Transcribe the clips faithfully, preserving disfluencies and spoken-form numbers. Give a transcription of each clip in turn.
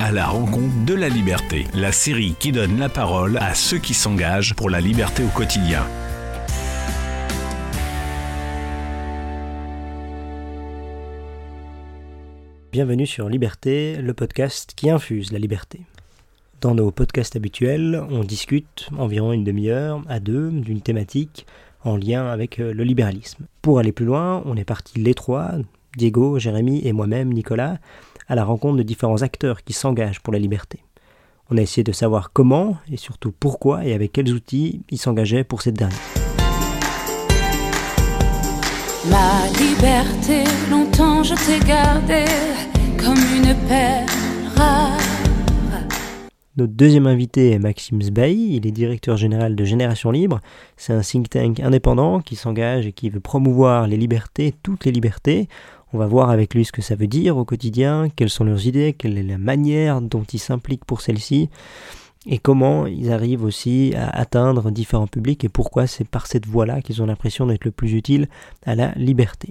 à la rencontre de la liberté, la série qui donne la parole à ceux qui s'engagent pour la liberté au quotidien. Bienvenue sur Liberté, le podcast qui infuse la liberté. Dans nos podcasts habituels, on discute environ une demi-heure à deux d'une thématique en lien avec le libéralisme. Pour aller plus loin, on est partis les trois, Diego, Jérémy et moi-même, Nicolas, à la rencontre de différents acteurs qui s'engagent pour la liberté. On a essayé de savoir comment et surtout pourquoi et avec quels outils ils s'engageaient pour cette dernière. Ma liberté, longtemps je t'ai gardée comme une perle rare. Notre deuxième invité est Maxime Sbahi, il est directeur général de Génération Libre. C'est un think tank indépendant qui s'engage et qui veut promouvoir les libertés, toutes les libertés. On va voir avec lui ce que ça veut dire au quotidien, quelles sont leurs idées, quelle est la manière dont ils s'impliquent pour celles-ci, et comment ils arrivent aussi à atteindre différents publics et pourquoi c'est par cette voie-là qu'ils ont l'impression d'être le plus utiles à la liberté.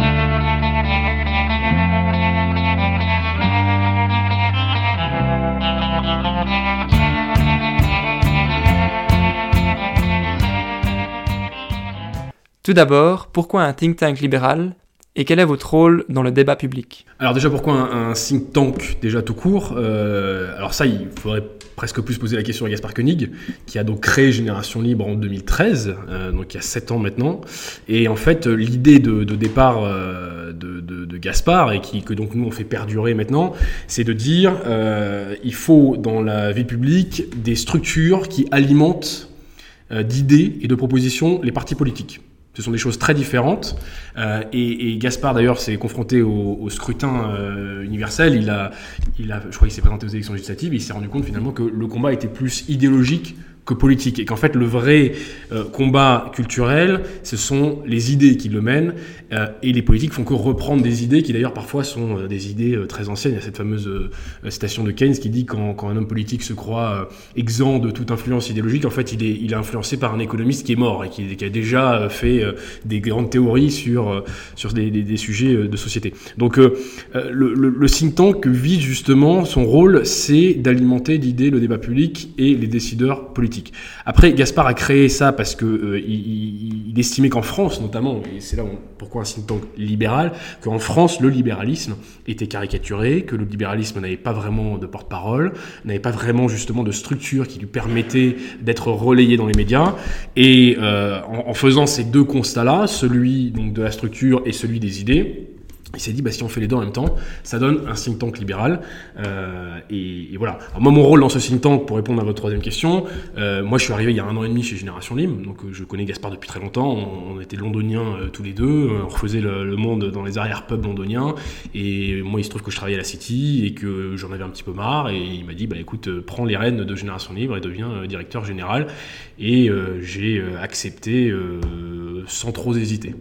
Tout d'abord, pourquoi un think tank libéral et quel est votre rôle dans le débat public ? Alors déjà, pourquoi un, un think tank déjà tout court ? euh, Alors ça, il faudrait presque plus poser la question à Gaspard Koenig, qui a donc créé Génération Libre en deux mille treize, euh, donc il y a sept ans maintenant. Et en fait, l'idée de, de départ euh, de, de, de Gaspard, et qui, que donc nous on fait perdurer maintenant, c'est de dire euh, il faut dans la vie publique des structures qui alimentent euh, d'idées et de propositions les partis politiques. Ce sont des choses très différentes euh, et, et Gaspard d'ailleurs s'est confronté au, au scrutin euh, universel. Il a, il a, je crois qu'il s'est présenté aux élections législatives et il s'est rendu compte finalement que le combat était plus idéologique que politique et qu'en fait le vrai euh, combat culturel, ce sont les idées qui le mènent euh, et les politiques font que reprendre des idées qui d'ailleurs parfois sont euh, des idées euh, très anciennes. Il y a cette fameuse euh, citation de Keynes qui dit quand, quand un homme politique se croit euh, exempt de toute influence idéologique, en fait il est, il est influencé par un économiste qui est mort et qui, qui a déjà euh, fait euh, des grandes théories sur, euh, sur des, des, des sujets euh, de société. Donc euh, le, le, le think tank vise justement, son rôle c'est d'alimenter d'idées le débat public et les décideurs politiques. Après, Gaspard a créé ça parce que euh, il, il estimait qu'en France, notamment, et c'est là où, pourquoi un think tank libéral, qu'en France, le libéralisme était caricaturé, que le libéralisme n'avait pas vraiment de porte-parole, n'avait pas vraiment justement de structure qui lui permettait d'être relayé dans les médias. Et euh, en, en faisant ces deux constats-là, celui donc de la structure et celui des idées, il s'est dit, bah, si on fait les deux en même temps, ça donne un think tank libéral. Euh, et, et voilà. Alors moi, mon rôle dans ce think tank, pour répondre à votre troisième question, euh, moi, je suis arrivé il y a un an et demi chez Génération Libre. Donc, euh, je connais Gaspard depuis très longtemps. On, on était londoniens euh, tous les deux. On refaisait le, le monde dans les arrière-pubs londoniens. Et moi, il se trouve que je travaillais à la City et que j'en avais un petit peu marre. Et il m'a dit, bah, écoute, euh, prends les rênes de Génération Libre et deviens euh, directeur général. Et euh, j'ai euh, accepté euh, sans trop hésiter.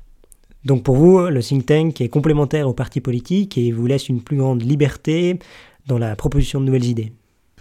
Donc pour vous, le think tank est complémentaire aux partis politiques et vous laisse une plus grande liberté dans la proposition de nouvelles idées.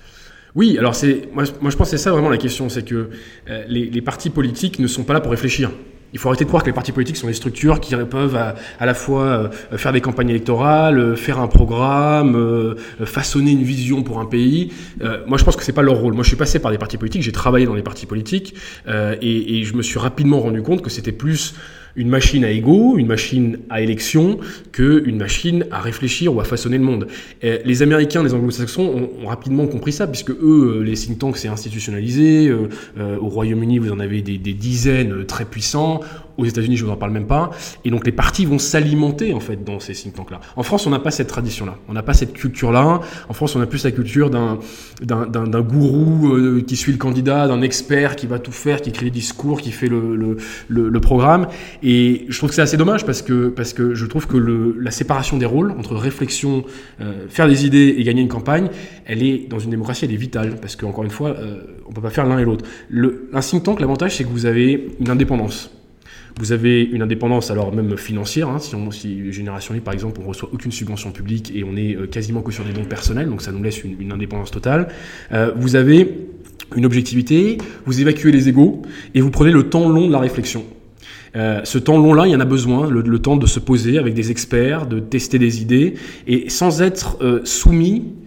Oui, alors c'est, moi, moi je pense que c'est ça vraiment la question, c'est que euh, les, les partis politiques ne sont pas là pour réfléchir. Il faut arrêter de croire que les partis politiques sont des structures qui peuvent à, à la fois euh, faire des campagnes électorales, euh, faire un programme, euh, façonner une vision pour un pays. Euh, moi, je pense que c'est pas leur rôle. Moi, je suis passé par des partis politiques, j'ai travaillé dans les partis politiques euh, et, et je me suis rapidement rendu compte que c'était plus une machine à ego, une machine à élection, qu'une machine à réfléchir ou à façonner le monde. Et les Américains, les Anglo-Saxons ont, ont rapidement compris ça, puisque eux, les think tanks, c'est institutionnalisé. Euh, euh, au Royaume-Uni, vous en avez des, des dizaines très puissants. Aux États-Unis, je vous en parle même pas. Et donc, les partis vont s'alimenter, en fait, dans ces think tanks-là. En France, on n'a pas cette tradition-là. On n'a pas cette culture-là. En France, on a plus la culture d'un, d'un, d'un, d'un gourou euh, qui suit le candidat, d'un expert qui va tout faire, qui écrit les discours, qui fait le, le, le, le programme. Et je trouve que c'est assez dommage parce que, parce que je trouve que le, la séparation des rôles entre réflexion, euh, faire des idées et gagner une campagne, elle est, dans une démocratie, elle est vitale. Parce qu'encore une fois, euh, on ne peut pas faire l'un et l'autre. Le, un think tank, l'avantage, c'est que vous avez une indépendance. Vous avez une indépendance, alors même financière, hein, si, on, si Génération Libre, par exemple, on ne reçoit aucune subvention publique et on est euh, quasiment que sur des dons personnels, donc ça nous laisse une, une indépendance totale. Euh, vous avez une objectivité, vous évacuez les égos et vous prenez le temps long de la réflexion. Euh, ce temps long-là, il y en a besoin, le, le temps de se poser avec des experts, de tester des idées, et sans être euh, soumis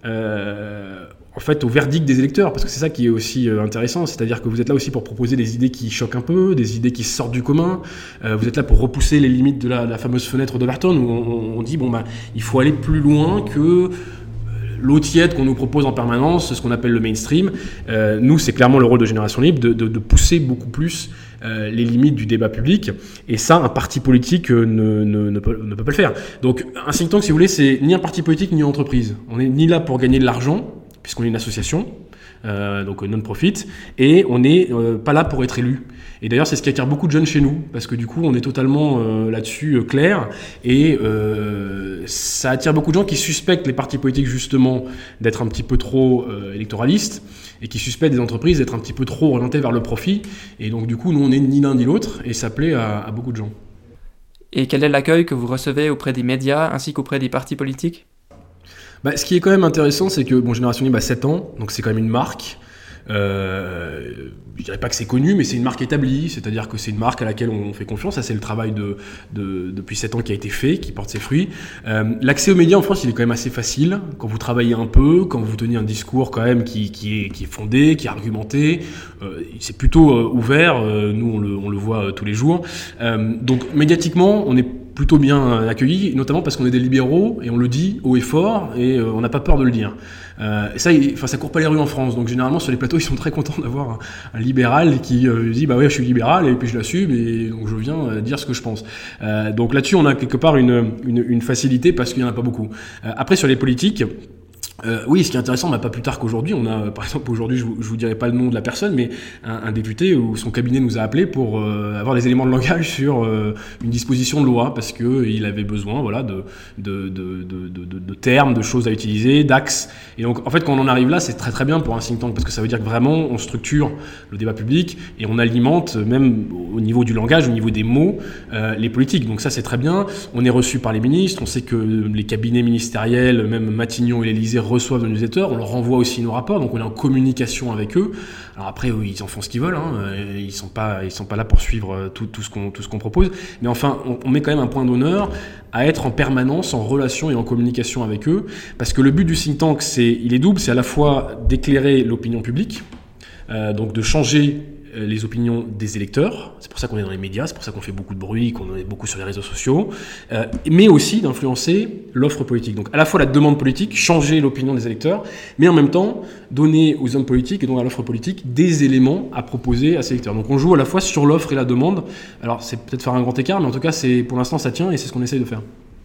euh, en fait, au verdict des électeurs, parce que c'est ça qui est aussi euh, intéressant, c'est-à-dire que vous êtes là aussi pour proposer des idées qui choquent un peu, des idées qui sortent du commun, euh, vous êtes là pour repousser les limites de la, la fameuse fenêtre d'Overton, où on, on dit, bon, bah, il faut aller plus loin que l'eau tiède qu'on nous propose en permanence, ce qu'on appelle le mainstream. Euh, nous, c'est clairement le rôle de Génération Libre de, de, de pousser beaucoup plus euh, les limites du débat public. Et ça, un parti politique euh, ne, ne, ne, peut, ne peut pas le faire. Donc, un think tank, si vous voulez, c'est ni un parti politique ni une entreprise. On n'est ni là pour gagner de l'argent, puisqu'on est une association, euh, donc non-profit, et on n'est euh, pas là pour être élu. Et d'ailleurs, c'est ce qui attire beaucoup de jeunes chez nous, parce que du coup, on est totalement euh, là-dessus euh, clair, et euh, ça attire beaucoup de gens qui suspectent les partis politiques justement d'être un petit peu trop euh, électoralistes, et qui suspectent des entreprises d'être un petit peu trop orientées vers le profit. Et donc du coup, nous, on n'est ni l'un ni l'autre, et ça plaît à, à beaucoup de gens. Et quel est l'accueil que vous recevez auprès des médias ainsi qu'auprès des partis politiques ? Bah, ce qui est quand même intéressant, c'est que bon, Génération Libre a sept ans, donc c'est quand même une marque. Euh, je dirais pas que c'est connu, mais c'est une marque établie, c'est-à-dire que c'est une marque à laquelle on fait confiance. Ça, c'est le travail de, de, depuis sept ans qui a été fait, qui porte ses fruits. Euh, l'accès aux médias en France, il est quand même assez facile. Quand vous travaillez un peu, quand vous tenez un discours quand même qui, qui, est, qui est fondé, qui est argumenté, euh, c'est plutôt euh, ouvert. Euh, nous, on le, on le voit euh, tous les jours. Euh, donc, médiatiquement, on est plutôt bien accueillis, notamment parce qu'on est des libéraux et on le dit haut et fort et euh, on n'a pas peur de le dire. Euh, et ça, il, enfin, ça court pas les rues en France. Donc généralement sur les plateaux, ils sont très contents d'avoir un, un libéral qui euh, dit bah ouais, je suis libéral et puis je l'assume et donc je viens euh, dire ce que je pense. Euh, donc là-dessus, on a quelque part une, une, une facilité parce qu'il y en a pas beaucoup. Euh, après sur les politiques. Euh, oui, ce qui est intéressant, bah, pas plus tard qu'aujourd'hui, on a, par exemple, aujourd'hui, je vous, je vous dirai pas le nom de la personne, mais un, un député où son cabinet nous a appelé pour euh, avoir des éléments de langage sur euh, une disposition de loi, parce que il avait besoin, voilà, de, de, de, de, de, de termes, de choses à utiliser, d'axes. Et donc, en fait, quand on en arrive là, c'est très très bien pour un think tank, parce que ça veut dire que vraiment, on structure le débat public et on alimente, même au niveau du langage, au niveau des mots, euh, les politiques. Donc ça, c'est très bien. On est reçu par les ministres, on sait que les cabinets ministériels, même Matignon et l'Élysée, reçoivent nos newsletters, on leur renvoie aussi nos rapports, donc on est en communication avec eux. Alors après, oui, ils en font ce qu'ils veulent, hein. Ils sont pas, ils sont pas là pour suivre tout, tout ce qu'on, tout ce qu'on propose, mais enfin, on, on met quand même un point d'honneur à être en permanence en relation et en communication avec eux, parce que le but du think tank, c'est, il est double, c'est à la fois d'éclairer l'opinion publique, euh, donc de changer les opinions des électeurs, c'est pour ça qu'on est dans les médias, c'est pour ça qu'on fait beaucoup de bruit, qu'on est beaucoup sur les réseaux sociaux, euh, mais aussi d'influencer l'offre politique. Donc à la fois la demande politique, changer l'opinion des électeurs, mais en même temps donner aux hommes politiques et donc à l'offre politique des éléments à proposer à ces électeurs. Donc on joue à la fois sur l'offre et la demande. Alors c'est peut-être faire un grand écart, mais en tout cas c'est, pour l'instant ça tient et c'est ce qu'on essaye de faire.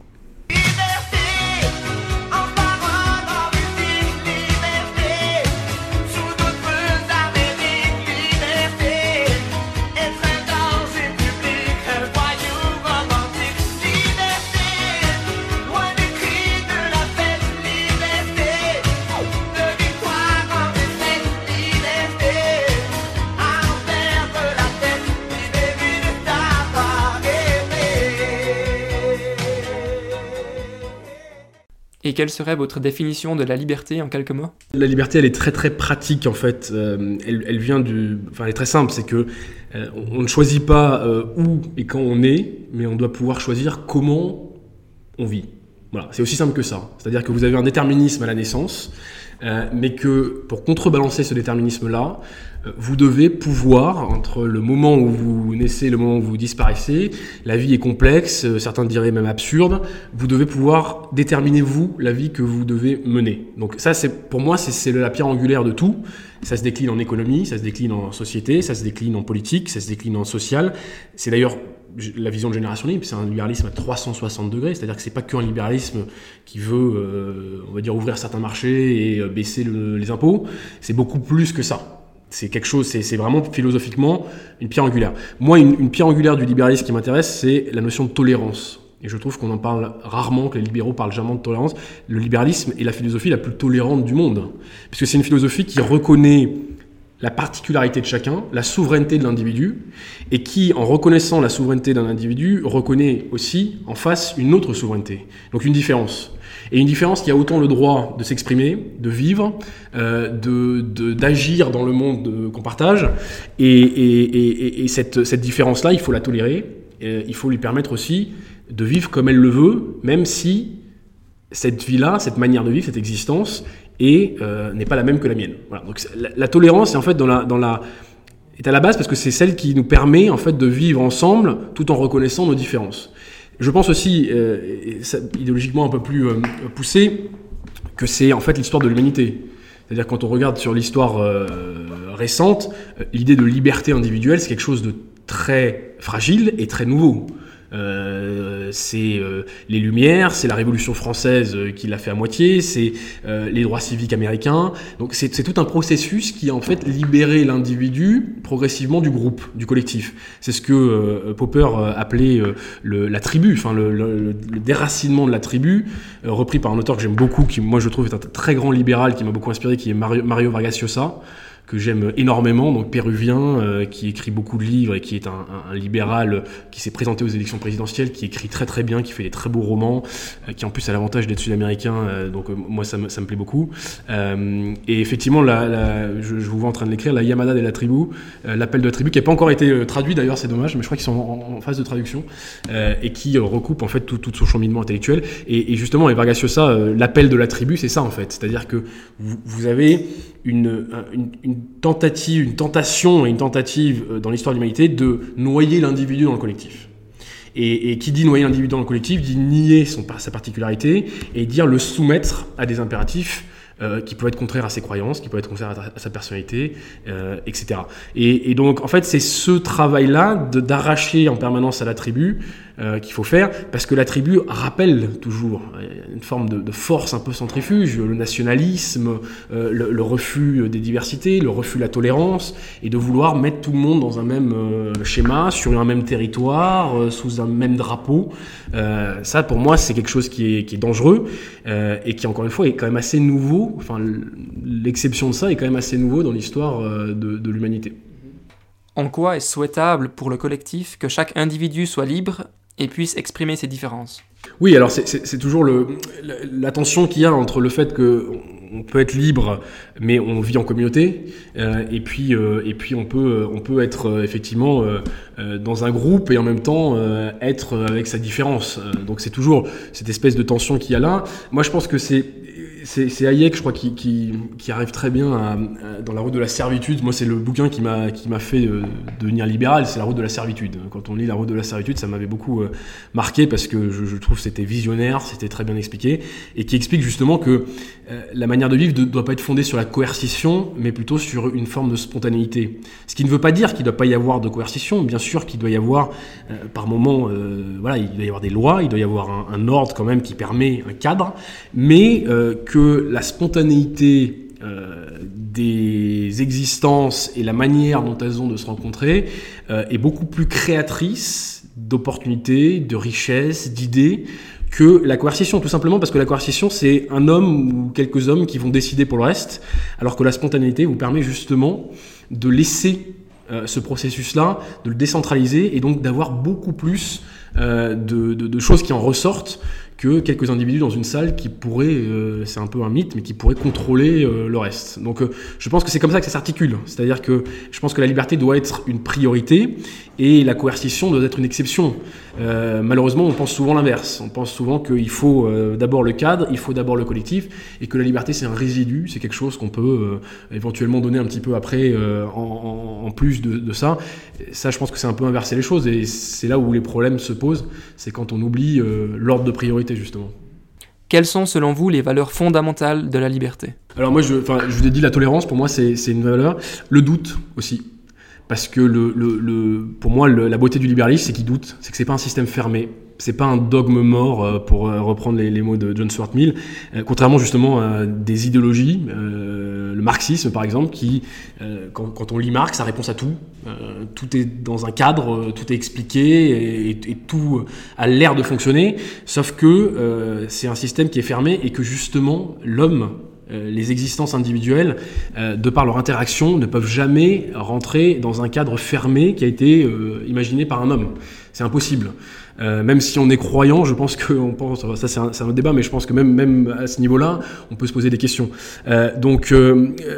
Et quelle serait votre définition de la liberté en quelques mots ? La liberté, elle est très très pratique en fait. Euh, elle, elle vient du, enfin, elle est très simple, c'est que euh, on ne choisit pas euh, où et quand on est, mais on doit pouvoir choisir comment on vit. Voilà, c'est aussi simple que ça. C'est-à-dire que vous avez un déterminisme à la naissance, euh, mais que pour contrebalancer ce déterminisme-là, euh, vous devez pouvoir, entre le moment où vous naissez et le moment où vous disparaissez, la vie est complexe, euh, certains diraient même absurde, vous devez pouvoir déterminer vous la vie que vous devez mener. Donc ça, c'est, pour moi, c'est, c'est la pierre angulaire de tout. Ça se décline en économie, ça se décline en société, ça se décline en politique, ça se décline en social. C'est d'ailleurs la vision de Génération Libre, c'est un libéralisme à trois cent soixante degrés, c'est-à-dire que c'est pas qu'un libéralisme qui veut, euh, on va dire, ouvrir certains marchés et euh, baisser le, les impôts. C'est beaucoup plus que ça. C'est quelque chose, c'est, c'est vraiment philosophiquement une pierre angulaire. Moi, une, une pierre angulaire du libéralisme qui m'intéresse, c'est la notion de tolérance. Et je trouve qu'on en parle rarement, que les libéraux parlent jamais de tolérance. Le libéralisme est la philosophie la plus tolérante du monde, puisque c'est une philosophie qui reconnaît la particularité de chacun, la souveraineté de l'individu, et qui, en reconnaissant la souveraineté d'un individu, reconnaît aussi en face une autre souveraineté. Donc une différence. Et une différence qui a autant le droit de s'exprimer, de vivre, euh, de, de, d'agir dans le monde de, qu'on partage. Et, et, et, et cette, cette différence-là, il faut la tolérer. Et il faut lui permettre aussi de vivre comme elle le veut, même si cette vie-là, cette manière de vivre, cette existence, et, euh, n'est pas la même que la mienne. Voilà. Donc, la, la tolérance est en fait dans la, dans la, est à la base parce que c'est celle qui nous permet en fait de vivre ensemble tout en reconnaissant nos différences. Je pense aussi, euh, et ça, idéologiquement un peu plus euh, poussé, que c'est en fait l'histoire de l'humanité. C'est-à-dire quand on regarde sur l'histoire euh, récente, euh, l'idée de liberté individuelle, c'est quelque chose de très fragile et très nouveau. Euh, c'est euh, les Lumières, c'est la Révolution française euh, qui l'a fait à moitié, c'est euh, les droits civiques américains. Donc c'est, c'est tout un processus qui a en fait libéré l'individu progressivement du groupe, du collectif. C'est ce que euh, Popper euh, appelait euh, le, la tribu, enfin le, le, le déracinement de la tribu, euh, repris par un auteur que j'aime beaucoup, qui moi je trouve est un très grand libéral, qui m'a beaucoup inspiré, qui est Mario, Mario Vargas Llosa, que j'aime énormément, donc péruvien, euh, qui écrit beaucoup de livres et qui est un, un, un libéral qui s'est présenté aux élections présidentielles, qui écrit très très bien, qui fait des très beaux romans, euh, qui en plus a l'avantage d'être sud-américain, euh, donc euh, moi ça me, ça me plaît beaucoup. Euh, et effectivement, la, la, je, je vous vois en train de l'écrire, la Llamada de la Tribu, euh, l'appel de la tribu, qui n'a pas encore été euh, traduit d'ailleurs, c'est dommage, mais je crois qu'ils sont en, en phase de traduction, euh, et qui euh, recoupe en fait tout, tout son cheminement intellectuel. Et, et justement, et Vargas Llosa, euh, l'appel de la tribu, c'est ça en fait, c'est-à-dire que vous, vous avez une, une, une tentative, une tentation et une tentative dans l'histoire de l'humanité de noyer l'individu dans le collectif. Et, et qui dit noyer l'individu dans le collectif dit nier son, sa particularité et dire le soumettre à des impératifs euh, qui peuvent être contraires à ses croyances, qui peuvent être contraires à, à sa personnalité, euh, et cetera. Et, et donc, en fait, c'est ce travail-là de, d'arracher en permanence à la tribu euh, qu'il faut faire, parce que la tribu rappelle toujours une forme de, de force un peu centrifuge, le nationalisme, euh, le, le refus des diversités, le refus de la tolérance, et de vouloir mettre tout le monde dans un même euh, schéma, sur un même territoire, euh, sous un même drapeau. Euh, ça, pour moi, c'est quelque chose qui est, qui est dangereux, euh, et qui, encore une fois, est quand même assez nouveau. Enfin, l'exception de ça est quand même assez nouveau dans l'histoire euh, de, de l'humanité. En quoi est souhaitable pour le collectif que chaque individu soit libre et puisse exprimer ses différences ? Oui, alors c'est, c'est, c'est toujours le, la, la tension qu'il y a entre le fait qu'on peut être libre, mais on vit en communauté, euh, et puis euh, et puis on peut on peut être euh, effectivement euh, euh, dans un groupe et en même temps euh, être avec sa différence. Euh, donc c'est toujours cette espèce de tension qu'il y a là. Moi, je pense que c'est C'est, c'est Hayek, je crois, qui, qui, qui arrive très bien à, à, dans La route de la servitude. Moi, c'est le bouquin qui m'a, qui m'a fait euh, devenir libéral, c'est La route de la servitude. Quand on lit La route de la servitude, ça m'avait beaucoup euh, marqué parce que je, je trouve que c'était visionnaire, c'était très bien expliqué, et qui explique justement que euh, la manière de vivre ne doit pas être fondée sur la coercition, mais plutôt sur une forme de spontanéité. Ce qui ne veut pas dire qu'il ne doit pas y avoir de coercition. Bien sûr qu'il doit y avoir, euh, par moments, euh, voilà, il doit y avoir des lois, il doit y avoir un, un ordre quand même qui permet un cadre, mais euh, que la spontanéité euh, des existences et la manière dont elles ont de se rencontrer euh, est beaucoup plus créatrice d'opportunités, de richesses, d'idées que la coercition, tout simplement parce que la coercition, c'est un homme ou quelques hommes qui vont décider pour le reste, alors que la spontanéité vous permet justement de laisser euh, ce processus-là, de le décentraliser et donc d'avoir beaucoup plus euh, de, de, de choses qui en ressortent que quelques individus dans une salle qui pourraient, euh, c'est un peu un mythe, mais qui pourraient contrôler euh, le reste. Donc euh, je pense que c'est comme ça que ça s'articule. C'est-à-dire que je pense que la liberté doit être une priorité et la coercition doit être une exception. Euh, malheureusement, on pense souvent l'inverse. On pense souvent qu'il faut euh, d'abord le cadre, il faut d'abord le collectif, et que la liberté c'est un résidu, c'est quelque chose qu'on peut euh, éventuellement donner un petit peu après euh, en, en, en plus de, de ça. Ça, je pense que c'est un peu inverser les choses, et c'est là où les problèmes se posent, c'est quand on oublie euh, l'ordre de priorité justement. Quelles sont selon vous les valeurs fondamentales de la liberté ? Alors moi, je, enfin, je vous ai dit, la tolérance pour moi c'est, c'est une valeur, le doute aussi. Parce que le, le, le, pour moi, le, la beauté du libéralisme, c'est qu'il doute, c'est que c'est pas un système fermé, c'est pas un dogme mort, euh, pour euh, reprendre les, les mots de John Stuart Mill, euh, contrairement justement à des idéologies, euh, le marxisme par exemple, qui, euh, quand, quand on lit Marx, ça répond à tout, euh, tout est dans un cadre, tout est expliqué et, et, et tout a l'air de fonctionner, sauf que euh, c'est un système qui est fermé et que justement l'homme, les existences individuelles, euh, de par leur interaction, ne peuvent jamais rentrer dans un cadre fermé qui a été euh, imaginé par un homme. C'est impossible. Euh, même si on est croyant, je pense que, on pense, ça c'est un, c'est un autre débat, mais je pense que même, même à ce niveau-là, on peut se poser des questions. Euh, donc, euh, euh,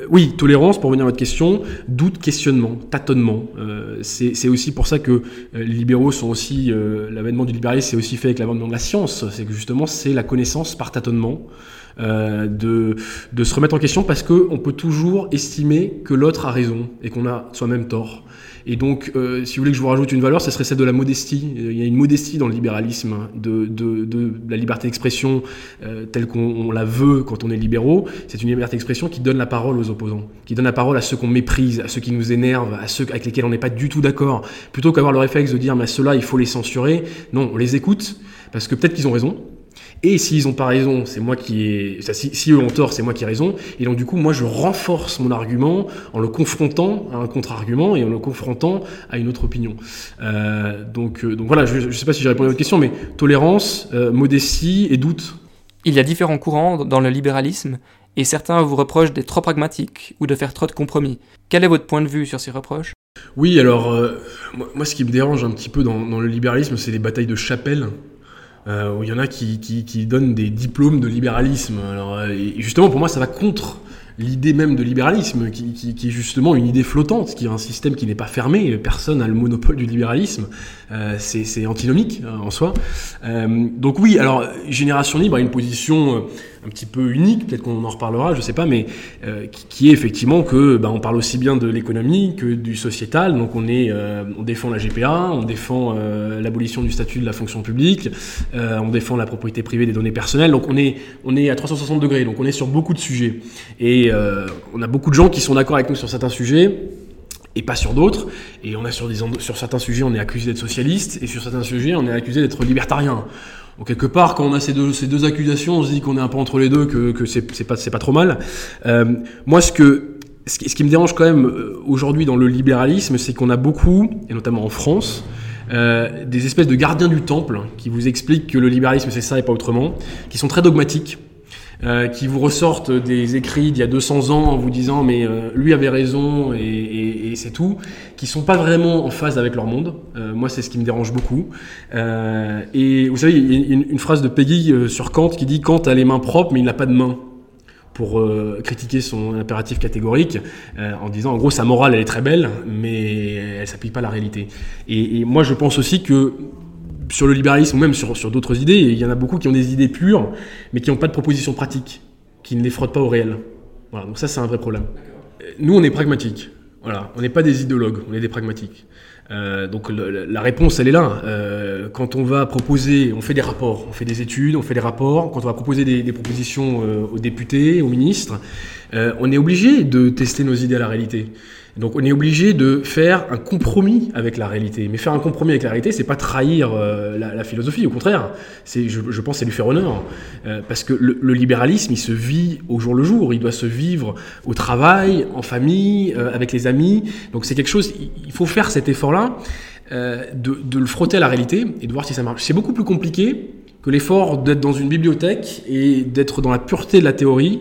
oui, tolérance, pour revenir à votre question, doute, questionnement, tâtonnement. Euh, c'est, c'est aussi pour ça que euh, les libéraux sont aussi, euh, l'avènement du libéralisme c'est aussi fait avec l'avènement de la science, c'est que justement c'est la connaissance par tâtonnement, euh, de, de se remettre en question parce qu'on peut toujours estimer que l'autre a raison et qu'on a soi-même tort. Et donc, euh, si vous voulez que je vous rajoute une valeur, ce serait celle de la modestie. Il y a une modestie dans le libéralisme, de, de, de la liberté d'expression euh, telle qu'on on la veut quand on est libéraux. C'est une liberté d'expression qui donne la parole aux opposants, qui donne la parole à ceux qu'on méprise, à ceux qui nous énervent, à ceux avec lesquels on n'est pas du tout d'accord. Plutôt qu'avoir le réflexe de dire « mais ceux-là, il faut les censurer », non, on les écoute, parce que peut-être qu'ils ont raison. Et s'ils n'ont pas raison, c'est moi qui ai... Si, si eux ont tort, c'est moi qui ai raison. Et donc du coup, moi, je renforce mon argument en le confrontant à un contre-argument et en le confrontant à une autre opinion. Euh, donc, euh, donc voilà, je ne sais pas si j'ai répondu à votre question, mais tolérance, euh, modestie et doute. Il y a différents courants dans le libéralisme, et certains vous reprochent d'être trop pragmatique ou de faire trop de compromis. Quel est votre point de vue sur ces reproches ? Oui, alors, euh, moi, moi, ce qui me dérange un petit peu dans, dans le libéralisme, c'est les batailles de chapelle. Euh, où il y en a qui, qui, qui donnent des diplômes de libéralisme. Alors, et justement, pour moi, ça va contre l'idée même de libéralisme, qui, qui, qui est justement une idée flottante, qui est un système qui n'est pas fermé, personne n'a le monopole du libéralisme, euh, c'est, c'est antinomique euh, en soi. Euh, donc oui, alors Génération Libre a une position euh, un petit peu unique, peut-être qu'on en reparlera, je sais pas, mais euh, qui, qui est effectivement que bah, on parle aussi bien de l'économie que du sociétal, donc on, est, euh, on défend la G P A, on défend euh, l'abolition du statut de la fonction publique, euh, on défend la propriété privée des données personnelles, donc on est, on est à trois cent soixante degrés, donc on est sur beaucoup de sujets. Et euh, on a beaucoup de gens qui sont d'accord avec nous sur certains sujets, et pas sur d'autres, et on a sur, des, sur certains sujets, on est accusé d'être socialiste, et sur certains sujets, on est accusé d'être libertarien. Donc quelque part, quand on a ces deux, ces deux accusations, on se dit qu'on est un peu entre les deux, que, que c'est, c'est, pas, c'est pas trop mal. Euh, moi, ce, que, ce, qui, ce qui me dérange quand même aujourd'hui dans le libéralisme, c'est qu'on a beaucoup, et notamment en France, euh, des espèces de gardiens du temple qui vous expliquent que le libéralisme c'est ça et pas autrement, qui sont très dogmatiques. Euh, qui vous ressortent des écrits d'il y a deux cents ans en vous disant mais euh, lui avait raison et, et, et c'est tout, qui sont pas vraiment en phase avec leur monde. Euh, moi c'est ce qui me dérange beaucoup. Euh, et vous savez, il y a une, une phrase de Peggy euh, sur Kant qui dit Kant a les mains propres mais il n'a pas de mains, pour euh, critiquer son impératif catégorique euh, en disant en gros sa morale elle est très belle mais elle s'applique pas à la réalité. Et, et moi je pense aussi que sur le libéralisme ou même sur, sur d'autres idées, il y en a beaucoup qui ont des idées pures, mais qui n'ont pas de propositions pratiques, qui ne les frottent pas au réel. Voilà, donc ça, c'est un vrai problème. Nous, on est pragmatiques. Voilà, on n'est pas des idéologues, on est des pragmatiques. Euh, donc le, la réponse, elle est là. Euh, quand on va proposer, on fait des rapports, on fait des études, on fait des rapports. Quand on va proposer des, des propositions euh, aux députés, aux ministres, euh, on est obligé de tester nos idées à la réalité. Donc on est obligé de faire un compromis avec la réalité. Mais faire un compromis avec la réalité, c'est pas trahir euh, la, la philosophie, au contraire. C'est, je, je pense, c'est lui faire honneur. Euh, parce que le, le libéralisme, il se vit au jour le jour. Il doit se vivre au travail, en famille, euh, avec les amis. Donc c'est quelque chose, il faut faire cet effort-là, euh, de, de le frotter à la réalité et de voir si ça marche. C'est beaucoup plus compliqué que l'effort d'être dans une bibliothèque et d'être dans la pureté de la théorie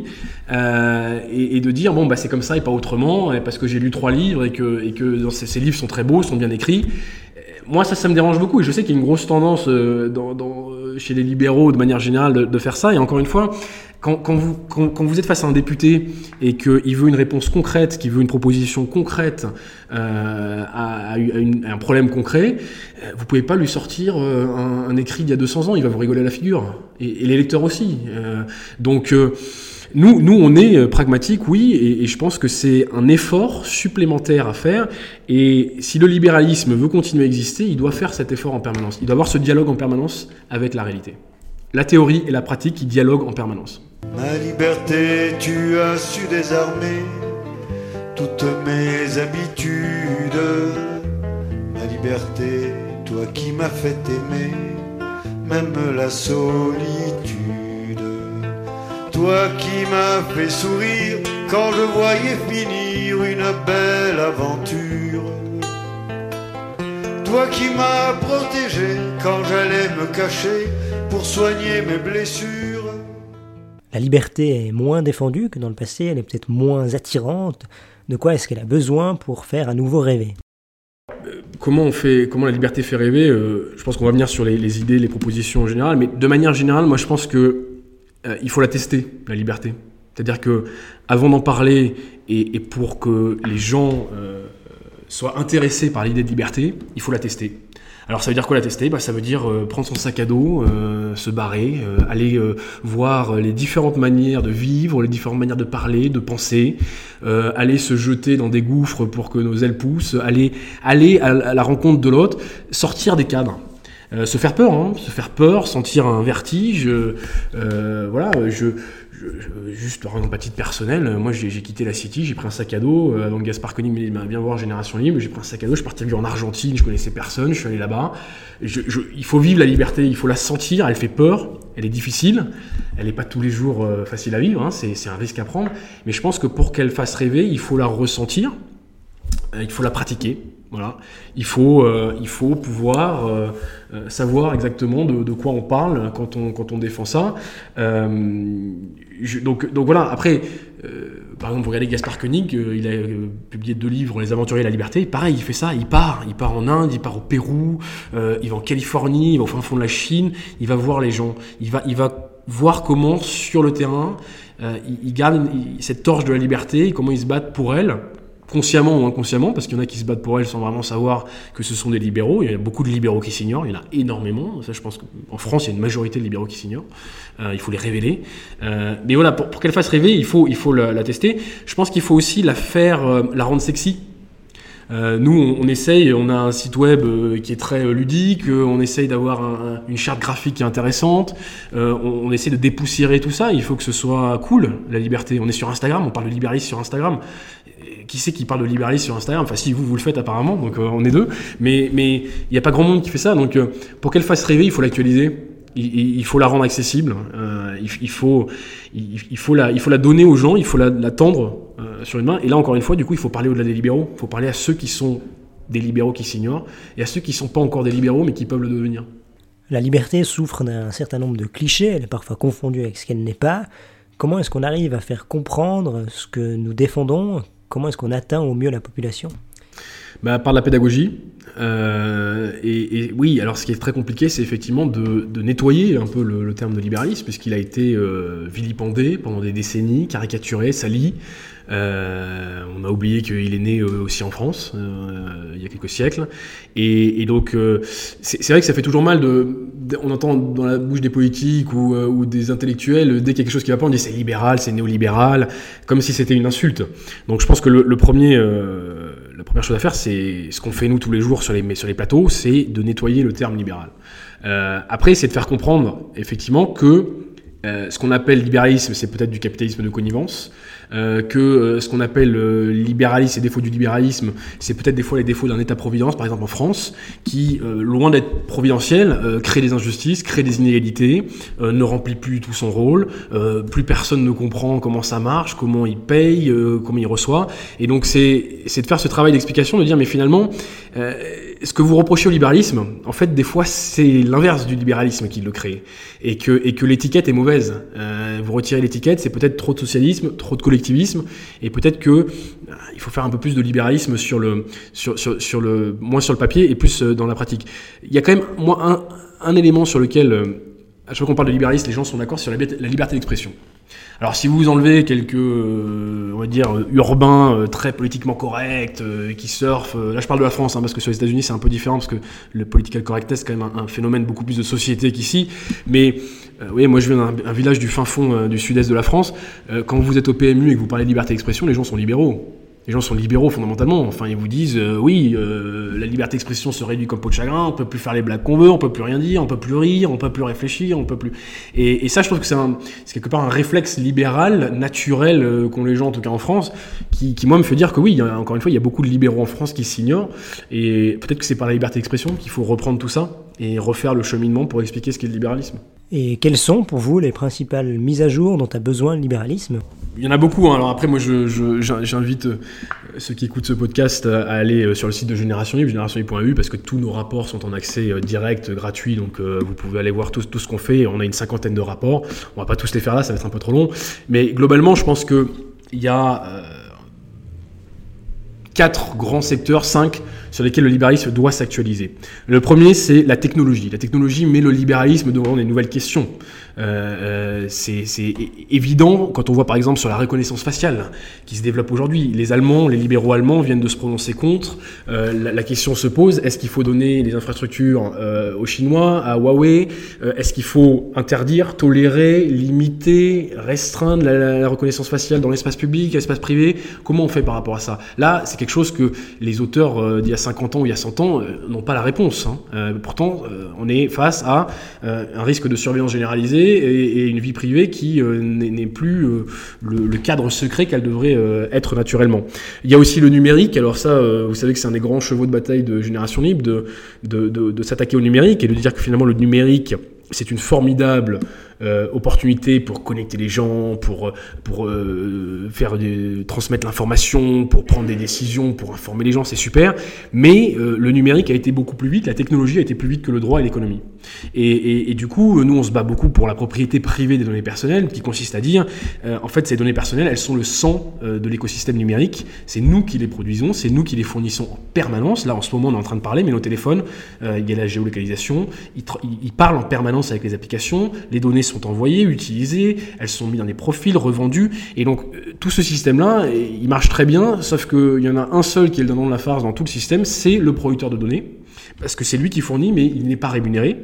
euh, et, et de dire bon bah c'est comme ça et pas autrement parce que j'ai lu trois livres et que, et que ces, ces livres sont très beaux, sont bien écrits. Moi ça ça me dérange beaucoup et je sais qu'il y a une grosse tendance euh, dans, dans, chez les libéraux de manière générale de, de faire ça et encore une fois quand, quand, vous, quand, quand vous êtes face à un député et qu'il veut une réponse concrète, qu'il veut une proposition concrète euh, à, à, une, à un problème concret, vous pouvez pas lui sortir euh, un, un écrit d'il y a deux cents ans, il va vous rigoler à la figure et, et les lecteurs aussi. Euh, donc euh, Nous, nous, on est euh, pragmatique, oui, et, et je pense que c'est un effort supplémentaire à faire. Et si le libéralisme veut continuer à exister, il doit faire cet effort en permanence. Il doit avoir ce dialogue en permanence avec la réalité. La théorie et la pratique, ils dialoguent en permanence. Ma liberté, tu as su désarmer toutes mes habitudes. Ma liberté, toi qui m'as fait aimer, même la solitude. Toi qui m'as fait sourire quand je voyais finir une belle aventure. Toi qui m'as protégé quand j'allais me cacher pour soigner mes blessures. La liberté est moins défendue que dans le passé, elle est peut-être moins attirante. De quoi est-ce qu'elle a besoin pour faire à nouveau rêver ? Comment, on fait, comment la liberté fait rêver ? euh, Je pense qu'on va venir sur les, les idées, les propositions en général, mais de manière générale, moi je pense que Euh, il faut la tester, la liberté. C'est-à-dire que avant d'en parler et, et pour que les gens euh, soient intéressés par l'idée de liberté, il faut la tester. Alors ça veut dire quoi la tester ? Bah, ça veut dire euh, prendre son sac à dos, euh, se barrer, euh, aller euh, voir les différentes manières de vivre, les différentes manières de parler, de penser, euh, aller se jeter dans des gouffres pour que nos ailes poussent, aller, aller à, à la rencontre de l'autre, sortir des cadres. Euh, se faire peur, hein, se faire peur, sentir un vertige, euh, voilà, je... Je, juste par exemple à titre personnel, moi j'ai, j'ai quitté la City, j'ai pris un sac à dos, euh, donc Gaspard Koenig m'a bien voir Génération Libre, j'ai pris un sac à dos, je suis parti vivre en Argentine, je connaissais personne, je suis allé là-bas. Je, je, il faut vivre la liberté, il faut la sentir, elle fait peur, elle est difficile, elle n'est pas tous les jours euh, facile à vivre, hein, c'est, c'est un risque à prendre, mais je pense que pour qu'elle fasse rêver, il faut la ressentir, euh, il faut la pratiquer. Voilà. Il faut, euh, il faut pouvoir euh, euh, savoir exactement de, de quoi on parle quand on, quand on défend ça. Euh, je, donc, donc voilà, après, euh, par exemple, vous regardez Gaspard Koenig, euh, il a euh, publié deux livres, Les Aventuriers de la Liberté. Pareil, il fait ça, il part. Il part en Inde, il part au Pérou, euh, il va en Californie, il va au fin fond de la Chine, il va voir les gens. Il va, il va voir comment, sur le terrain, euh, il, il garde il, cette torche de la liberté, comment ils se battent pour elle. Consciemment ou inconsciemment, parce qu'il y en a qui se battent pour elle sans vraiment savoir que ce sont des libéraux. Il y a beaucoup de libéraux qui s'ignorent, il y en a énormément. Ça, je pense qu'en France, il y a une majorité de libéraux qui s'ignorent. Euh, il faut les révéler. Euh, mais voilà, pour, pour qu'elle fasse rêver, il faut, il faut la, la tester. Je pense qu'il faut aussi la faire, euh, la rendre sexy. Euh, nous, on, on essaye, on a un site web euh, qui est très euh, ludique, euh, on essaye d'avoir un, un, une charte graphique qui est intéressante, euh, on, on essaie de dépoussiérer tout ça, il faut que ce soit cool, la liberté. On est sur Instagram, on parle de libéralisme sur Instagram. Qui c'est qui parle de libéralisme sur Instagram ? Enfin, si vous, vous le faites apparemment, donc euh, on est deux, mais mais il n'y a pas grand monde qui fait ça, donc euh, pour qu'elle fasse rêver, il faut l'actualiser. Il, il faut la rendre accessible, euh, il, il, faut, il, il, faut la, il faut la donner aux gens, il faut la, la tendre euh, sur une main. Et là, encore une fois, du coup, il faut parler au-delà des libéraux. Il faut parler à ceux qui sont des libéraux qui s'ignorent et à ceux qui ne sont pas encore des libéraux mais qui peuvent le devenir. La liberté souffre d'un certain nombre de clichés, elle est parfois confondue avec ce qu'elle n'est pas. Comment est-ce qu'on arrive à faire comprendre ce que nous défendons ? Comment est-ce qu'on atteint au mieux la population ? Bah, par la pédagogie. Euh, et, et oui, alors ce qui est très compliqué, c'est effectivement de, de nettoyer un peu le, le terme de libéralisme, puisqu'il a été euh, vilipendé pendant des décennies, caricaturé, sali. Euh, on a oublié qu'il est né euh, aussi en France, euh, il y a quelques siècles. Et, et donc, euh, c'est, c'est vrai que ça fait toujours mal de, de... On entend dans la bouche des politiques ou, euh, ou des intellectuels, dès qu'il y a quelque chose qui va pas, on dit c'est libéral, c'est néolibéral, comme si c'était une insulte. Donc je pense que le, le premier... Euh, la première chose à faire, c'est ce qu'on fait nous tous les jours sur les, sur les plateaux, c'est de nettoyer le terme libéral. Euh, après, c'est de faire comprendre effectivement que euh, ce qu'on appelle libéralisme, c'est peut-être du capitalisme de connivence, euh, que euh, ce qu'on appelle euh, libéralisme et défauts du libéralisme, c'est peut-être des fois les défauts d'un État-providence, par exemple en France, qui, euh, loin d'être providentiel, euh, crée des injustices, crée des inégalités, euh, ne remplit plus tout son rôle, euh, plus personne ne comprend comment ça marche, comment il paye, euh, comment il reçoit, et donc c'est, c'est de faire ce travail d'explication, de dire mais finalement, euh, ce que vous reprochez au libéralisme, en fait, des fois, c'est l'inverse du libéralisme qui le crée. Et que, et que l'étiquette est mauvaise. Euh, vous retirez l'étiquette, c'est peut-être trop de socialisme, trop de collectivisme, et peut-être que euh, il faut faire un peu plus de libéralisme sur le, sur, sur, sur le, moins sur le papier et plus euh, dans la pratique. Il y a quand même, moi, un, un élément sur lequel, euh, à chaque fois qu'on parle de libéralisme, les gens sont d'accord sur la, la liberté d'expression. Alors si vous enlevez quelques, euh, on va dire, urbains euh, très politiquement corrects, euh, qui surfent, euh, là je parle de la France, hein, parce que sur les États-Unis c'est un peu différent, parce que le political correctness c'est quand même un, un phénomène beaucoup plus de société qu'ici, mais euh, oui, moi je viens d'un un village du fin fond euh, du sud-est de la France, euh, quand vous êtes au P M U et que vous parlez de liberté d'expression, les gens sont libéraux. Les gens sont libéraux fondamentalement, enfin ils vous disent euh, oui, euh, la liberté d'expression se réduit comme peau de chagrin, on peut plus faire les blagues qu'on veut, on peut plus rien dire, on peut plus rire, on peut plus réfléchir, on peut plus... Et, et ça je trouve que c'est, un, c'est quelque part un réflexe libéral, naturel euh, qu'ont les gens en tout cas en France, qui, qui moi me fait dire que oui, il y a, encore une fois, il y a beaucoup de libéraux en France qui s'ignorent, et peut-être que c'est par la liberté d'expression qu'il faut reprendre tout ça, et refaire le cheminement pour expliquer ce qu'est le libéralisme. Et quelles sont pour vous les principales mises à jour dont a besoin le libéralisme ? Il y en a beaucoup, hein. Alors après moi je, je, j'invite ceux qui écoutent ce podcast à aller sur le site de Génération Libre, génération libre point e u, parce que tous nos rapports sont en accès direct, gratuit, donc euh, vous pouvez aller voir tout, tout ce qu'on fait. On a une cinquantaine de rapports, on va pas tous les faire là, ça va être un peu trop long, mais globalement je pense qu'il y a euh, quatre grands secteurs, cinq, sur lesquels le libéralisme doit s'actualiser. Le premier, c'est la technologie. La technologie met le libéralisme devant des nouvelles questions. Euh, c'est, c'est évident quand on voit par exemple sur la reconnaissance faciale qui se développe aujourd'hui. Les Allemands, les libéraux allemands viennent de se prononcer contre. Euh, la, la question se pose, est-ce qu'il faut donner les infrastructures euh, aux Chinois, à Huawei? euh, Est-ce qu'il faut interdire, tolérer, limiter, restreindre la, la, la reconnaissance faciale dans l'espace public, l'espace privé? Comment on fait par rapport à ça? Là, c'est quelque chose que les auteurs euh, d'il y a cinquante ans ou il y a cent ans euh, n'ont pas la réponse. Hein. Euh, pourtant, euh, on est face à euh, un risque de surveillance généralisée et, et une vie privée qui euh, n'est, n'est plus euh, le, le cadre secret qu'elle devrait euh, être naturellement. Il y a aussi le numérique. Alors ça, euh, vous savez que c'est un des grands chevaux de bataille de Génération Libre, de, de, de, de s'attaquer au numérique et de dire que finalement le numérique, c'est une formidable euh, opportunité pour connecter les gens, pour, pour euh, faire des, transmettre l'information, pour prendre des décisions, pour informer les gens, c'est super. Mais euh, le numérique a été beaucoup plus vite, la technologie a été plus vite que le droit et l'économie. Et, et, et du coup, nous, on se bat beaucoup pour la propriété privée des données personnelles, qui consiste à dire, euh, en fait, ces données personnelles, elles sont le sang euh, de l'écosystème numérique. C'est nous qui les produisons, c'est nous qui les fournissons en permanence. Là, en ce moment, on est en train de parler, mais nos téléphones, euh, il y a la géolocalisation, ils, tra- ils parlent en permanence avec les applications, les données sont envoyées, utilisées, elles sont mises dans des profils, revendues, et donc euh, tout ce système-là, il marche très bien, sauf qu'il y en a un seul qui est le dindon de la farce dans tout le système, c'est le producteur de données, parce que c'est lui qui fournit, mais il n'est pas rémunéré,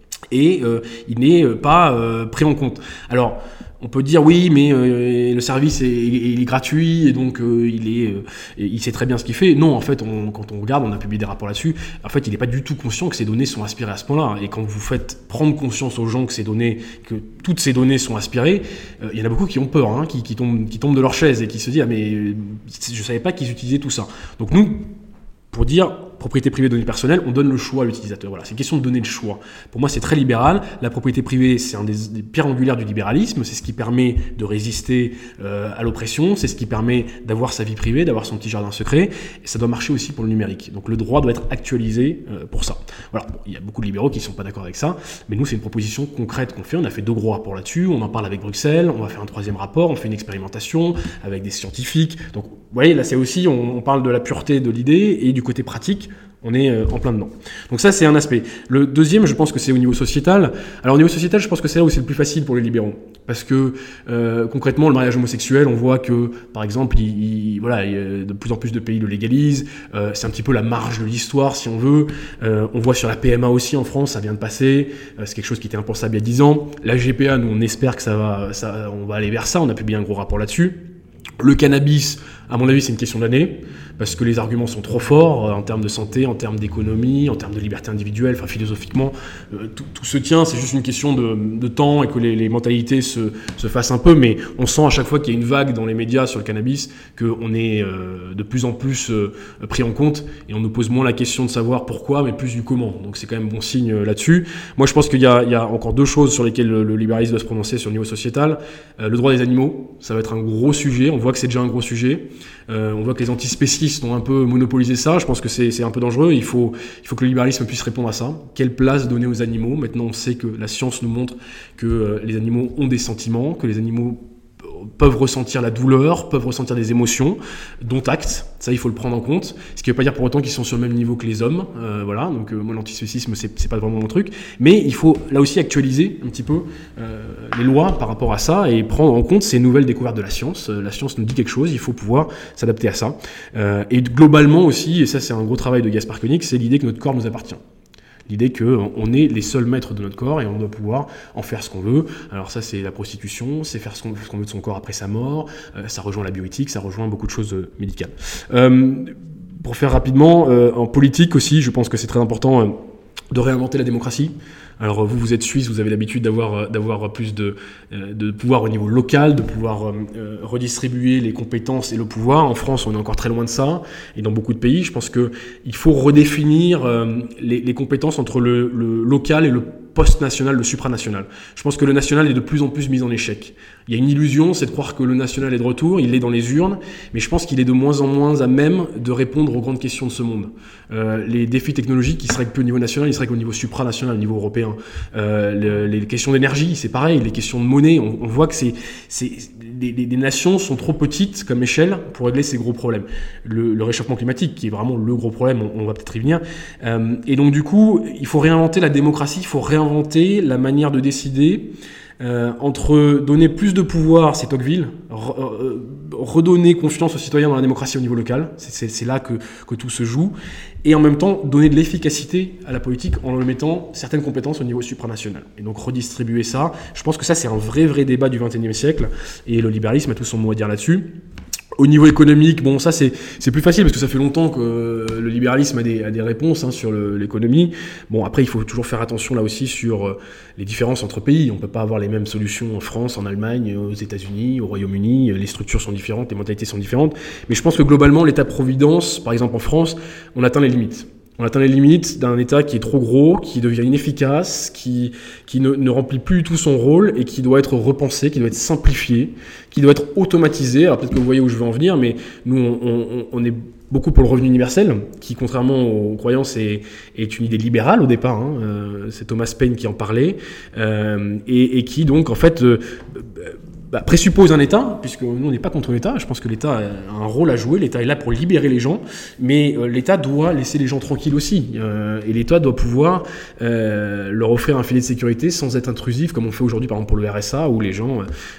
et euh, il n'est euh, pas euh, pris en compte. Alors, on peut dire oui, mais euh, le service est, il est gratuit et donc euh, il est, euh, il sait très bien ce qu'il fait. Non, en fait, on, quand on regarde, on a publié des rapports là-dessus. En fait, il n'est pas du tout conscient que ces données sont aspirées à ce point-là. Et quand vous faites prendre conscience aux gens que ces données, que toutes ces données sont aspirées, euh, il y en a beaucoup qui ont peur, hein, qui, qui tombent, qui tombent de leur chaise et qui se disent ah mais euh, je savais pas qu'ils utilisaient tout ça. Donc nous, pour dire propriété privée de données personnelles, on donne le choix à l'utilisateur. Voilà, c'est une question de donner le choix. Pour moi, c'est très libéral. La propriété privée, c'est un des, des pierres angulaires du libéralisme. C'est ce qui permet de résister euh, à l'oppression. C'est ce qui permet d'avoir sa vie privée, d'avoir son petit jardin secret. Et ça doit marcher aussi pour le numérique. Donc le droit doit être actualisé euh, pour ça. Voilà. Bon, il y a beaucoup de libéraux qui ne sont pas d'accord avec ça. Mais nous, c'est une proposition concrète qu'on fait. On a fait deux gros rapports là-dessus. On en parle avec Bruxelles. On va faire un troisième rapport. On fait une expérimentation avec des scientifiques. Donc, vous voyez, là, c'est aussi, on, on parle de la pureté de l'idée et du côté pratique. On est euh, en plein dedans. Donc ça, c'est un aspect. Le deuxième, je pense que c'est au niveau sociétal. Alors au niveau sociétal, je pense que c'est là où c'est le plus facile pour les libéraux. Parce que euh, concrètement, le mariage homosexuel, on voit que, par exemple, il, il, voilà, il, de plus en plus de pays le légalisent. Euh, c'est un petit peu la marge de l'histoire, si on veut. Euh, on voit sur la P M A aussi en France, ça vient de passer. Euh, c'est quelque chose qui était impensable il y a dix ans. La G P A, nous, on espère que ça va, ça, on va aller vers ça. On a publié un gros rapport là-dessus. Le cannabis, à mon avis, c'est une question d'année, parce que les arguments sont trop forts euh, en termes de santé, en termes d'économie, en termes de liberté individuelle, enfin philosophiquement, euh, tout, tout se tient, c'est juste une question de, de temps et que les, les mentalités se, se fassent un peu, mais on sent à chaque fois qu'il y a une vague dans les médias sur le cannabis, qu'on est euh, de plus en plus euh, pris en compte, et on nous pose moins la question de savoir pourquoi, mais plus du comment, donc c'est quand même bon signe euh, là-dessus. Moi je pense qu'il y a, il y a encore deux choses sur lesquelles le, le libéralisme doit se prononcer sur le niveau sociétal. Euh, le droit des animaux, ça va être un gros sujet, on voit que c'est déjà un gros sujet. Euh, on voit que les antispécistes ont un peu monopolisé ça. Je pense que c'est, c'est un peu dangereux. Il faut, il faut que le libéralisme puisse répondre à ça. Quelle place donner aux animaux? Maintenant, on sait que la science nous montre que euh, les animaux ont des sentiments, que les animaux peuvent ressentir la douleur, peuvent ressentir des émotions, dont acte. Ça, il faut le prendre en compte. Ce qui ne veut pas dire pour autant qu'ils sont sur le même niveau que les hommes. Euh, voilà. Donc, euh, moi, l'antispécisme, c'est, c'est pas vraiment mon truc. Mais il faut là aussi actualiser un petit peu euh, les lois par rapport à ça et prendre en compte ces nouvelles découvertes de la science. Euh, la science nous dit quelque chose. Il faut pouvoir s'adapter à ça. Euh, et globalement aussi, et ça, c'est un gros travail de Gaspard Koenig, c'est l'idée que notre corps nous appartient. L'idée qu'on est les seuls maîtres de notre corps et on doit pouvoir en faire ce qu'on veut. Alors ça, c'est la prostitution, c'est faire ce qu'on, ce qu'on veut de son corps après sa mort, euh, ça rejoint la bioéthique, ça rejoint beaucoup de choses euh, médicales. Euh, pour faire rapidement, euh, en politique aussi, je pense que c'est très important euh, de réinventer la démocratie. Alors vous, vous êtes suisse, vous avez l'habitude d'avoir, d'avoir plus de, de pouvoir au niveau local, de pouvoir euh, redistribuer les compétences et le pouvoir. En France, on est encore très loin de ça. Et dans beaucoup de pays, je pense qu'il faut redéfinir euh, les, les compétences entre le, le local et le post-national, le supranational. Je pense que le national est de plus en plus mis en échec. Il y a une illusion, c'est de croire que le national est de retour, il est dans les urnes, mais je pense qu'il est de moins en moins à même de répondre aux grandes questions de ce monde. Euh, les défis technologiques, ils seraient plus au niveau national, ils seraient au niveau supranational, au niveau européen. Euh, le, les questions d'énergie, c'est pareil, les questions de monnaie, on, on voit que c'est, c'est, les, les, les nations sont trop petites comme échelle pour régler ces gros problèmes. Le, le réchauffement climatique, qui est vraiment le gros problème, on, on va peut-être y venir. Euh, et donc du coup, il faut réinventer la démocratie, il faut réinventer la manière de décider. Euh, entre donner plus de pouvoir, c'est Tocqueville, re- euh, redonner confiance aux citoyens dans la démocratie au niveau local, c'est, c'est, c'est là que, que tout se joue, et en même temps donner de l'efficacité à la politique en leur mettant certaines compétences au niveau supranational. Et donc redistribuer ça, je pense que ça c'est un vrai vrai débat du vingt et unième siècle, et le libéralisme a tout son mot à dire là-dessus. Au niveau économique, bon, ça c'est c'est plus facile parce que ça fait longtemps que le libéralisme a des, a des réponses hein, sur le, l'économie. Bon, après il faut toujours faire attention là aussi sur euh, les différences entre pays. On peut pas avoir les mêmes solutions en France, en Allemagne, aux États-Unis, au Royaume-Uni. Les structures sont différentes, les mentalités sont différentes. Mais je pense que globalement, l'État-providence, par exemple en France, on atteint les limites. On atteint les limites d'un État qui est trop gros, qui devient inefficace, qui, qui ne, ne remplit plus du tout son rôle et qui doit être repensé, qui doit être simplifié, qui doit être automatisé. Alors peut-être que vous voyez où je veux en venir, mais nous, on, on, on est beaucoup pour le revenu universel, qui, contrairement aux croyances, est, est une idée libérale au départ. Hein. Euh, c'est Thomas Paine qui en parlait, euh, et, et qui donc, en fait... Euh, Bah, présuppose un État, puisque nous on n'est pas contre l'État, je pense que l'État a un rôle à jouer, l'État est là pour libérer les gens, mais euh, l'État doit laisser les gens tranquilles aussi, euh, et l'État doit pouvoir euh, leur offrir un filet de sécurité sans être intrusif, comme on fait aujourd'hui par exemple pour le R S A, où les gens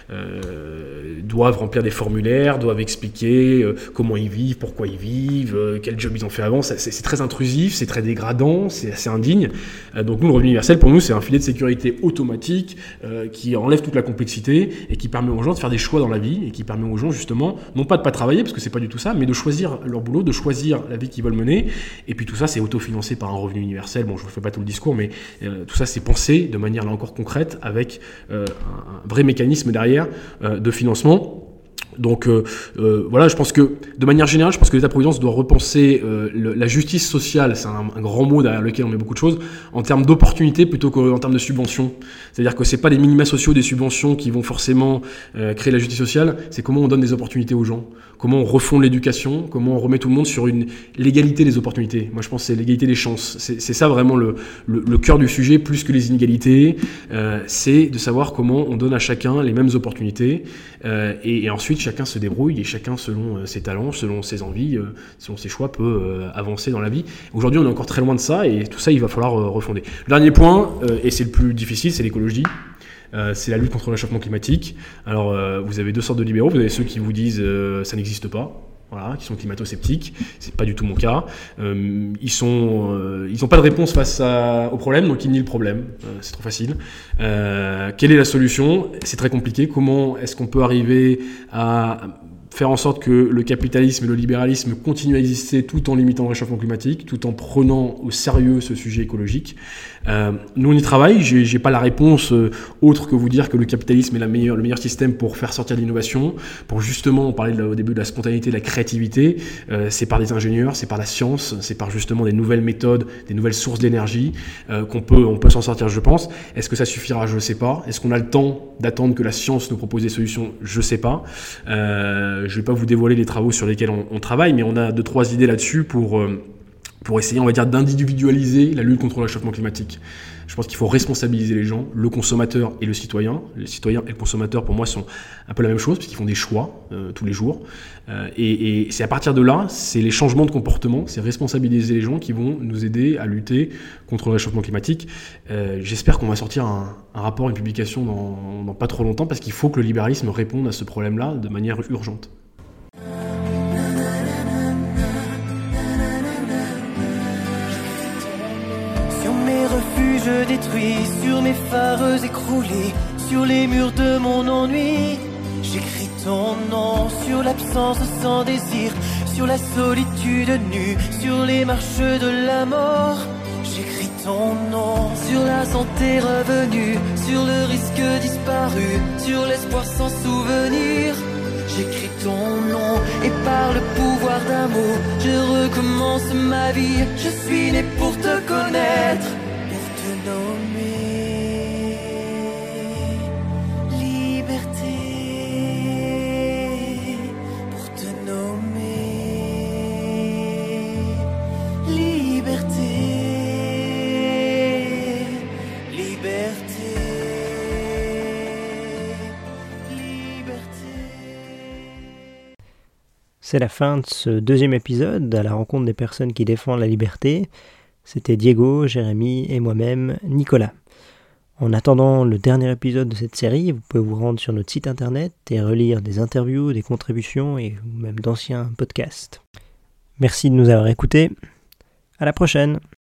euh, doivent remplir des formulaires, doivent expliquer euh, comment ils vivent, pourquoi ils vivent, euh, quel job ils ont fait avant, c'est, c'est très intrusif, c'est très dégradant, c'est assez indigne, euh, donc nous le revenu universel pour nous c'est un filet de sécurité automatique euh, qui enlève toute la complexité et qui permet aux gens de faire des choix dans la vie et qui permet aux gens justement, non pas de pas travailler parce que c'est pas du tout ça, mais de choisir leur boulot, de choisir la vie qu'ils veulent mener. Et puis tout ça c'est autofinancé par un revenu universel. Bon, je ne fais pas tout le discours, mais euh, tout ça c'est pensé de manière là encore concrète avec euh, un, un vrai mécanisme derrière euh, de financement. Donc euh, euh, voilà, je pense que de manière générale, je pense que l'État-providence doit repenser euh, le, la justice sociale, c'est un, un grand mot derrière lequel on met beaucoup de choses, en termes d'opportunités plutôt qu'en termes de subventions. C'est-à-dire que c'est pas les minima sociaux des subventions qui vont forcément euh, créer la justice sociale, c'est comment on donne des opportunités aux gens, comment on refonde l'éducation, comment on remet tout le monde sur une l'égalité des opportunités. Moi je pense que c'est l'égalité des chances. C'est, c'est ça vraiment le, le, le cœur du sujet, plus que les inégalités. Euh, c'est de savoir comment on donne à chacun les mêmes opportunités euh, et, et ensuite chacun se débrouille et chacun selon euh, ses talents, selon ses envies, euh, selon ses choix peut euh, avancer dans la vie. Aujourd'hui on est encore très loin de ça et tout ça il va falloir euh, refonder. Le dernier point, euh, et c'est le plus difficile, c'est l'écologie. Euh, c'est la lutte contre le réchauffement climatique. Alors euh, vous avez deux sortes de libéraux, vous avez ceux qui vous disent euh, ça n'existe pas. Voilà, qui sont climato-sceptiques, c'est pas du tout mon cas. Euh, ils sont, euh, ils n'ont pas de réponse face à, au problème, donc ils nient le problème. Euh, c'est trop facile. Euh, quelle est la solution ? C'est très compliqué. Comment est-ce qu'on peut arriver à faire en sorte que le capitalisme et le libéralisme continuent à exister tout en limitant le réchauffement climatique, tout en prenant au sérieux ce sujet écologique. Euh, nous on y travaille, j'ai, j'ai pas la réponse euh, autre que vous dire que le capitalisme est la meilleure, le meilleur système pour faire sortir l'innovation, pour justement, on parlait de la, au début de la spontanéité, de la créativité, euh, c'est par des ingénieurs, c'est par la science, c'est par justement des nouvelles méthodes, des nouvelles sources d'énergie euh, qu'on peut, on peut s'en sortir je pense. Est-ce que ça suffira ? Je ne sais pas. Est-ce qu'on a le temps d'attendre que la science nous propose des solutions ? Je ne sais pas. Euh, je ne vais pas vous dévoiler les travaux sur lesquels on, on travaille, mais on a deux, trois idées là-dessus pour... Euh, pour essayer, on va dire, d'individualiser la lutte contre le réchauffement climatique. Je pense qu'il faut responsabiliser les gens, le consommateur et le citoyen. Le citoyen et le consommateur, pour moi, sont un peu la même chose, parce qu'ils font des choix euh, tous les jours. Euh, et, et c'est à partir de là, c'est les changements de comportement, c'est responsabiliser les gens qui vont nous aider à lutter contre le réchauffement climatique. Euh, j'espère qu'on va sortir un, un rapport, une publication dans, dans pas trop longtemps, parce qu'il faut que le libéralisme réponde à ce problème-là de manière urgente. Je détruis sur mes phares écroulés, sur les murs de mon ennui. J'écris ton nom sur l'absence sans désir, sur la solitude nue, sur les marches de la mort. J'écris ton nom sur la santé revenue, sur le risque disparu, sur l'espoir sans souvenir. J'écris ton nom et par le pouvoir d'un mot, je recommence ma vie. Je suis né pour te connaître. Nommer liberté, pour te nommer liberté, liberté, liberté. C'est la fin de ce deuxième épisode à la rencontre des personnes qui défendent la liberté. C'était Diego, Jérémy et moi-même, Nicolas. En attendant le dernier épisode de cette série, vous pouvez vous rendre sur notre site internet et relire des interviews, des contributions et même d'anciens podcasts. Merci de nous avoir écoutés. À la prochaine!